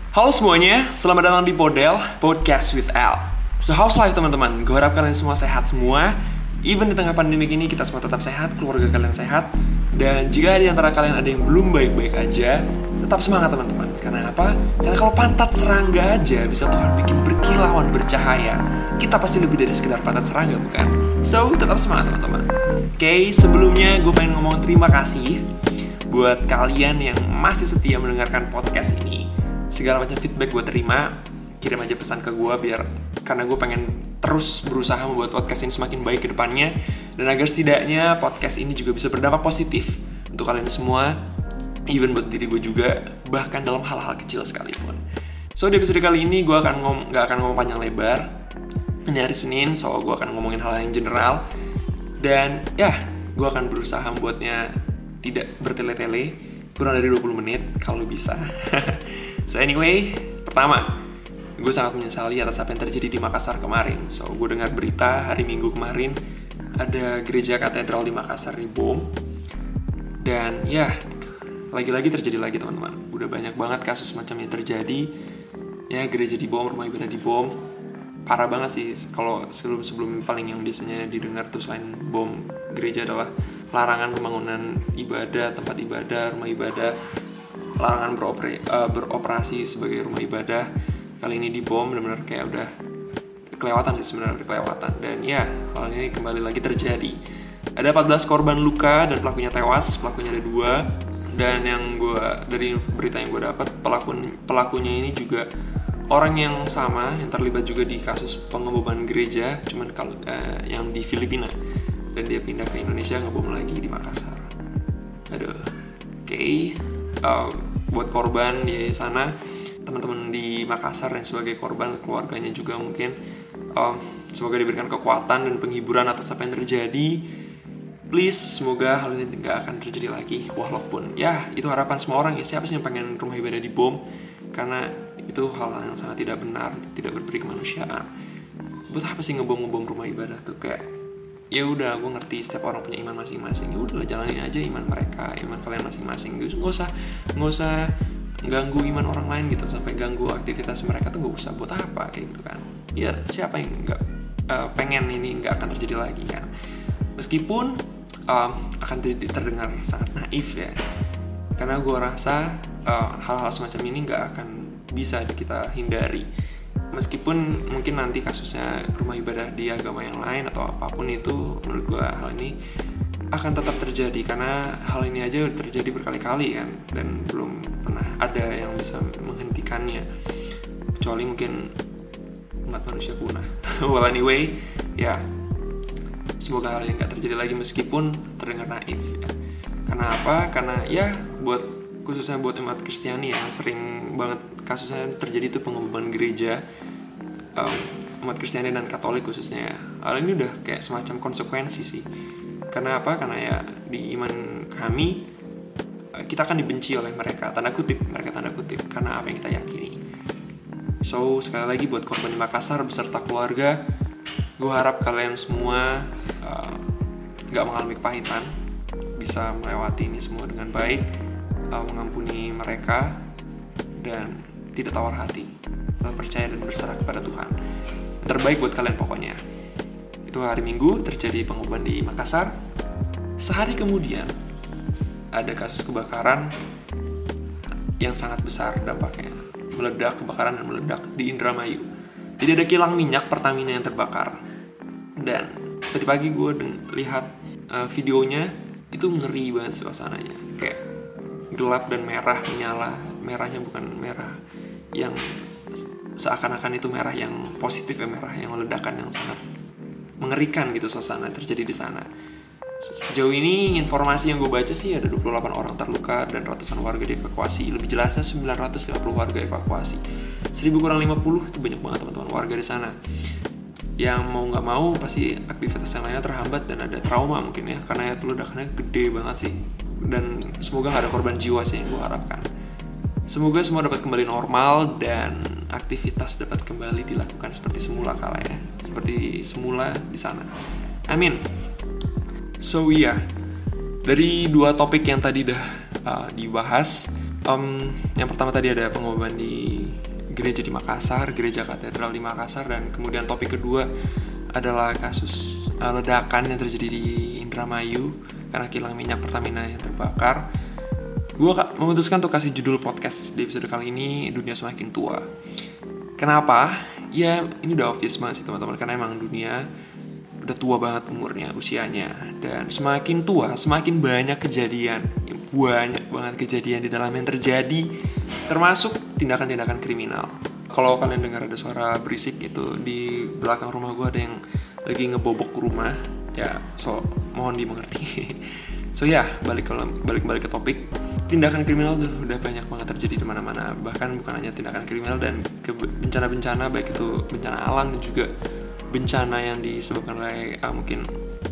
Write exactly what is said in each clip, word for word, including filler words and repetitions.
Halo semuanya, selamat datang di Podel, Podcast with Al. So how's life teman-teman? Gue harap kalian semua sehat semua. Even di tengah pandemi ini kita semua tetap sehat, keluarga kalian sehat. Dan jika di antara kalian ada yang belum baik-baik aja, tetap semangat teman-teman. Karena apa? Karena kalau pantat serangga aja bisa Tuhan bikin berkilauan bercahaya, kita pasti lebih dari sekedar pantat serangga, bukan? So, tetap semangat teman-teman. Oke, okay, sebelumnya gue pengen ngomong terima kasih buat kalian yang masih setia mendengarkan podcast ini. Segala macam feedback gue terima, kirim aja pesan ke gue biar, karena gue pengen terus berusaha membuat podcast ini semakin baik ke depannya, dan agar setidaknya podcast ini juga bisa berdampak positif untuk kalian semua, even buat diri gue juga, bahkan dalam hal-hal kecil sekalipun. So di episode kali ini gue akan ngom- gak akan ngomong panjang lebar. Ini hari Senin, so gue akan ngomongin hal yang general, dan ya gue akan berusaha membuatnya tidak bertele-tele, kurang dari dua puluh menit kalau bisa. So anyway, pertama, gue sangat menyesali atas apa yang terjadi di Makassar kemarin. So gue dengar berita hari Minggu kemarin ada gereja katedral di Makassar dibom. Dan ya, lagi-lagi terjadi lagi teman-teman. Udah banyak banget kasus macamnya terjadi. Ya, gereja dibom, rumah ibadah dibom. Parah banget sih. Kalau sebelum-sebelum paling yang biasanya didengar tuh selain bom gereja adalah larangan pembangunan ibadah, tempat ibadah, rumah ibadah, larangan beropera, uh, beroperasi sebagai rumah ibadah. Kali ini dibom, benar-benar kayak udah kelewatan sih sebenarnya, udah kelewatan. Dan ya, hal ini kembali lagi terjadi. Ada empat belas korban luka dan pelakunya tewas. Pelakunya ada dua. Dan yang gue, dari berita yang gue dapat, pelaku, pelakunya ini juga orang yang sama, yang terlibat juga di kasus pengeboman gereja, cuman kalau uh, yang di Filipina. Dan dia pindah ke Indonesia, ngebom lagi di Makassar. Aduh, oke. Okay. Uh, buat korban di sana, teman-teman di Makassar yang sebagai korban, keluarganya juga mungkin, uh, semoga diberikan kekuatan dan penghiburan atas apa yang terjadi. Please, semoga hal ini tidak akan terjadi lagi. Walaupun ya itu harapan semua orang ya, siapa sih yang pengen rumah ibadah dibom? Karena itu hal yang sangat tidak benar, itu tidak berperi kemanusiaan. Buat apa sih ngebom-ngebom rumah ibadah tuh? Kayak ya udah, gue ngerti setiap orang punya iman masing-masing. Ya udahlah, jalanin aja iman mereka, iman kalian masing-masing. Gak usah, nggak usah ganggu iman orang lain gitu, sampai ganggu aktivitas mereka tuh nggak usah. Buat apa kayak gitu kan? Ya siapa yang nggak uh, pengen ini nggak akan terjadi lagi kan? Meskipun um, akan terdengar sangat naif ya, karena gue rasa uh, hal-hal semacam ini nggak akan bisa kita hindari. Meskipun mungkin nanti kasusnya rumah ibadah di agama yang lain atau apapun itu, menurut gue hal ini akan tetap terjadi, karena hal ini aja terjadi berkali-kali kan, dan belum pernah ada yang bisa menghentikannya, kecuali mungkin umat manusia punah. Well anyway, ya semoga hal ini gak terjadi lagi meskipun terdengar naif ya. Karena apa? Karena ya buat khususnya buat umat Kristiani yang sering banget kasusnya terjadi itu pengeboman gereja, um, umat Kristiani dan Katolik khususnya. Hal ini udah kayak semacam konsekuensi sih. Karena apa? Karena ya di iman kami kita akan dibenci oleh mereka, tanda kutip, mereka tanda kutip, karena apa yang kita yakini. So sekali lagi buat korban di Makassar beserta keluarga, gue harap kalian semua uh, gak mengalami kepahitan, bisa melewati ini semua dengan baik, uh, mengampuni mereka, dan tidak tawar hati, tetap percaya dan berserah kepada Tuhan. Yang terbaik buat kalian pokoknya. Itu hari Minggu terjadi pengeboman di Makassar. Sehari kemudian ada kasus kebakaran yang sangat besar dampaknya, meledak, kebakaran dan meledak di Indramayu. Jadi ada kilang minyak Pertamina yang terbakar. Dan tadi pagi gue deng- lihat uh, videonya, itu ngeri banget suasananya, kayak gelap dan merah menyala. Merahnya bukan merah yang seakan-akan itu merah yang positif ya, merah yang meledakan, yang sangat mengerikan gitu suasana terjadi di sana. Sejauh ini informasi yang gue baca sih ada dua puluh delapan orang terluka dan ratusan warga dievakuasi. Lebih jelasnya sembilan ratus lima puluh warga evakuasi. seribu kurang lima puluh itu banyak banget teman-teman warga di sana. Yang mau nggak mau pasti aktivitas yang lainnya terhambat dan ada trauma mungkin ya, karena itu ledakannya gede banget sih. Dan semoga nggak ada korban jiwa sih yang gue harapkan. Semoga semua dapat kembali normal dan aktivitas dapat kembali dilakukan seperti semula kala ya, seperti semula di sana. Amin. So iya, yeah. Dari dua topik yang tadi udah uh, dibahas, um, Yang pertama tadi ada pengumuman di gereja di Makassar, gereja katedral di Makassar. Dan kemudian topik kedua adalah kasus uh, ledakan yang terjadi di Indramayu karena kilang minyak Pertamina yang terbakar. Gue memutuskan untuk kasih judul podcast di episode kali ini, Dunia Semakin Tua. Kenapa? Ya ini udah obvious banget sih teman-teman, karena emang dunia udah tua banget umurnya, usianya. Dan semakin tua, semakin banyak kejadian, banyak banget kejadian di dalam yang terjadi, termasuk tindakan-tindakan kriminal. Kalau kalian dengar ada suara berisik itu di belakang rumah gue, ada yang lagi ngebobok rumah, ya so mohon dimengerti. So ya, balik kalau balik balik ke topik, tindakan kriminal tuh udah banyak banget terjadi di mana-mana. Bahkan bukan hanya tindakan kriminal dan ke bencana-bencana, baik itu bencana alam dan juga bencana yang disebabkan oleh uh, mungkin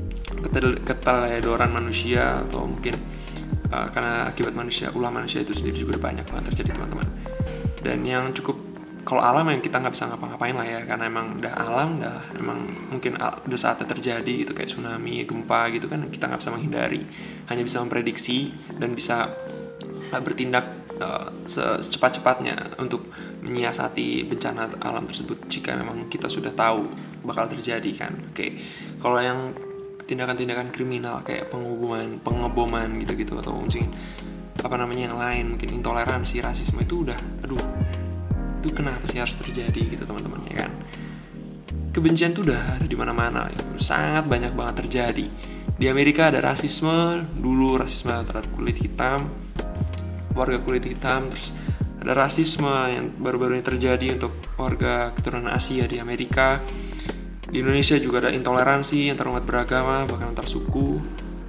keteledoran manusia, atau mungkin uh, karena akibat manusia, ulah manusia itu sendiri juga udah banyak banget terjadi teman-teman. Dan yang cukup, kalau alam yang kita nggak bisa ngapa-ngapain lah ya, karena emang udah alam, udah emang mungkin udah saatnya terjadi gitu, kayak tsunami, gempa gitu kan, kita nggak bisa menghindari, hanya bisa memprediksi dan bisa uh, bertindak uh, secepat-cepatnya untuk menyiasati bencana alam tersebut jika memang kita sudah tahu bakal terjadi kan. Oke, kalau yang tindakan-tindakan kriminal kayak pengeboman, pengeboman gitu-gitu, atau mungkin apa namanya yang lain, mungkin intoleransi, rasisme, itu udah, aduh, itu kenapa sih harus terjadi gitu teman-teman, ya kan? Kebencian tuh udah ada di mana-mana, ya. Sangat banyak banget terjadi. Di Amerika ada rasisme, dulu rasisme terhadap kulit hitam, warga kulit hitam. Terus ada rasisme yang baru-baru ini terjadi untuk warga keturunan Asia di Amerika. Di Indonesia juga ada intoleransi antar umat beragama, bahkan antar suku.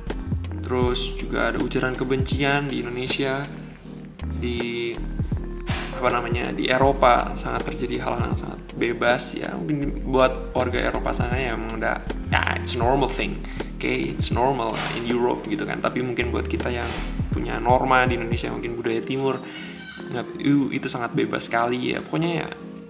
Terus juga ada ujaran kebencian di Indonesia. Di apa namanya di Eropa sangat terjadi hal-hal yang sangat bebas, ya mungkin buat warga Eropa sana ya emang udah ya it's normal thing, okay, it's normal in Europe gitu kan. Tapi mungkin buat kita yang punya norma di Indonesia, mungkin budaya timur, uh, itu sangat bebas sekali ya. Pokoknya ya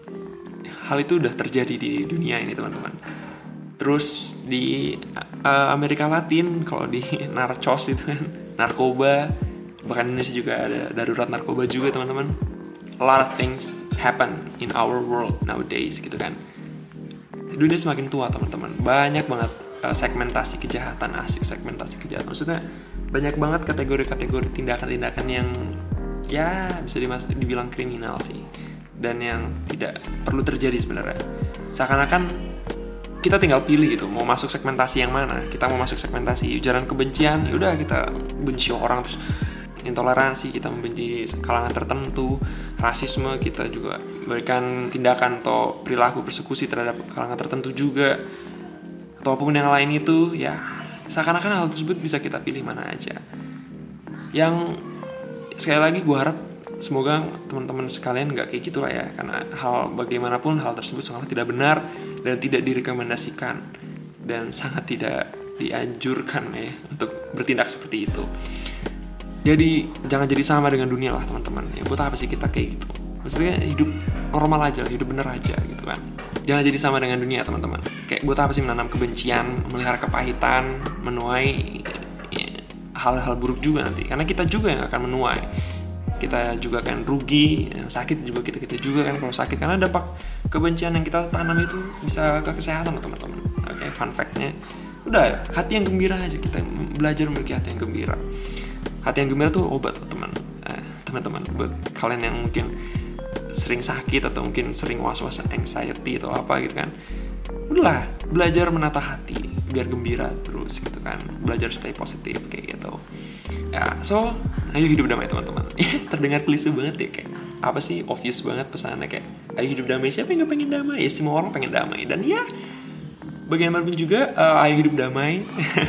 hal itu udah terjadi di dunia ini teman-teman. Terus di uh, Amerika Latin, kalau di narcos itu kan, narkoba, bahkan Indonesia juga ada darurat narkoba juga teman-teman. A lot of things happen in our world nowadays gitu kan. Dunia semakin tua teman-teman. Banyak banget uh, segmentasi kejahatan, asik segmentasi kejahatan. Maksudnya banyak banget kategori-kategori tindakan-tindakan yang ya bisa dimas- dibilang kriminal sih, dan yang tidak perlu terjadi sebenarnya. Seakan-akan kita tinggal pilih gitu, mau masuk segmentasi yang mana. Kita mau masuk segmentasi ujaran kebencian, yaudah kita benci orang. Terus intoleransi, kita membenci kalangan tertentu. Rasisme, kita juga berikan tindakan atau perilaku persekusi terhadap kalangan tertentu juga, ataupun yang lain itu. Ya seakan-akan hal tersebut bisa kita pilih mana aja. Yang sekali lagi gue harap semoga teman-teman sekalian gak kayak gitulah ya, karena hal bagaimanapun hal tersebut sangat tidak benar dan tidak direkomendasikan, dan sangat tidak dianjurkan ya untuk bertindak seperti itu. Jadi jangan jadi sama dengan dunia lah teman-teman. Ya buat apa sih kita kayak gitu? Maksudnya hidup normal aja, hidup bener aja gitu kan. Jangan jadi sama dengan dunia teman-teman. Kayak buat apa sih menanam kebencian, melihara kepahitan, menuai ya, hal-hal buruk juga nanti. Karena kita juga yang akan menuai. Kita juga akan rugi, yang sakit juga kita-kita juga kan kalau sakit. Karena dampak kebencian yang kita tanam itu bisa ke kesehatan teman-teman. Oke, fun fact-nya udah hati yang gembira aja, kita belajar memiliki hati yang gembira. Hati yang gembira tuh obat teman, eh, teman-teman. Buat kalian yang mungkin sering sakit atau mungkin sering was-was anxiety atau apa gitu kan, udahlah belajar menata hati biar gembira terus gitu kan. Belajar stay positif kayak gitu. Ya, so ayo hidup damai teman-teman. Terdengar klise banget ya, kayak apa sih, obvious banget pesannya, kayak ayo hidup damai. Siapa yang gak pengen damai? Ya semua orang pengen damai. Dan ya bagaimanapun juga uh, ayo hidup damai.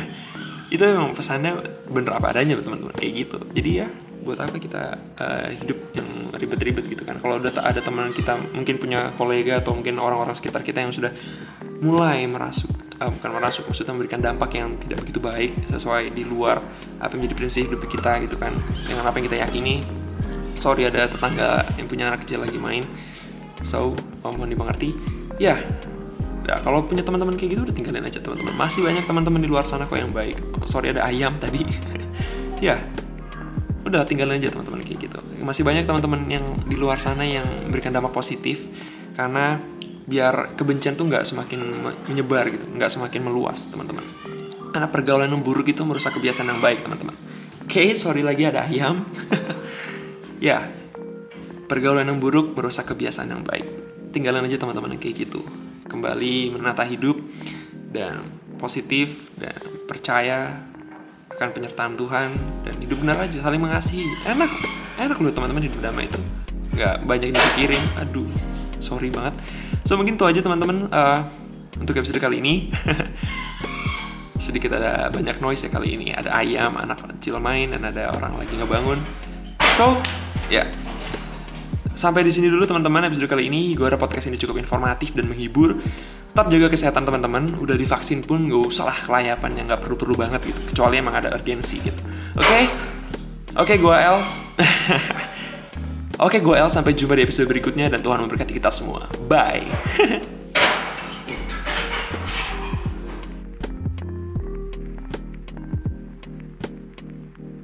Itu memang pesannya bener apa adanya teman-teman, kayak gitu. Jadi ya buat apa kita uh, hidup yang ribet-ribet gitu kan. Kalau udah ada teman kita, mungkin punya kolega atau mungkin orang-orang sekitar kita yang sudah mulai merasuk, uh, bukan merasuk, maksudnya memberikan dampak yang tidak begitu baik sesuai di luar apa yang menjadi prinsip hidup kita gitu kan, dengan apa yang kita yakini. Sorry ada tetangga yang punya anak kecil lagi main, so mohon dimengerti ya. Nah, kalau punya teman-teman kayak gitu udah tinggalin aja teman-teman. Masih banyak teman-teman di luar sana kok yang baik. Sorry ada ayam tadi. Ya, udah tinggalin aja teman-teman kayak gitu. Masih banyak teman-teman yang di luar sana yang memberikan dampak positif, karena biar kebencian tuh nggak semakin menyebar gitu, nggak semakin meluas teman-teman. Karena pergaulan yang buruk itu merusak kebiasaan yang baik teman-teman. Oke, okay, sorry lagi ada ayam. Ya, pergaulan yang buruk merusak kebiasaan yang baik. Tinggalin aja teman-teman yang kayak gitu. Kembali menata hidup dan positif dan percaya akan penyertaan Tuhan dan hidup benar aja, saling mengasihi. Enak, enak loh teman-teman hidup damai itu. Nggak banyak dipikirin. Aduh, sorry banget. So mungkin itu aja teman-teman uh, untuk episode kali ini. Sedikit ada banyak noise ya kali ini. Ada ayam, anak kecil main, dan ada orang lagi ngebangun. So, ya. Yeah. Sampai di sini dulu teman-teman episode kali ini. Gue harap podcast ini cukup informatif dan menghibur. Tetap jaga kesehatan teman-teman. Udah divaksin pun gak usah lah kelayapan yang gak perlu-perlu banget gitu. Kecuali emang ada urgensi gitu. Oke? Okay? Oke, okay, gue El. Oke, okay, gue El. Sampai jumpa di episode berikutnya. Dan Tuhan memberkati kita semua. Bye.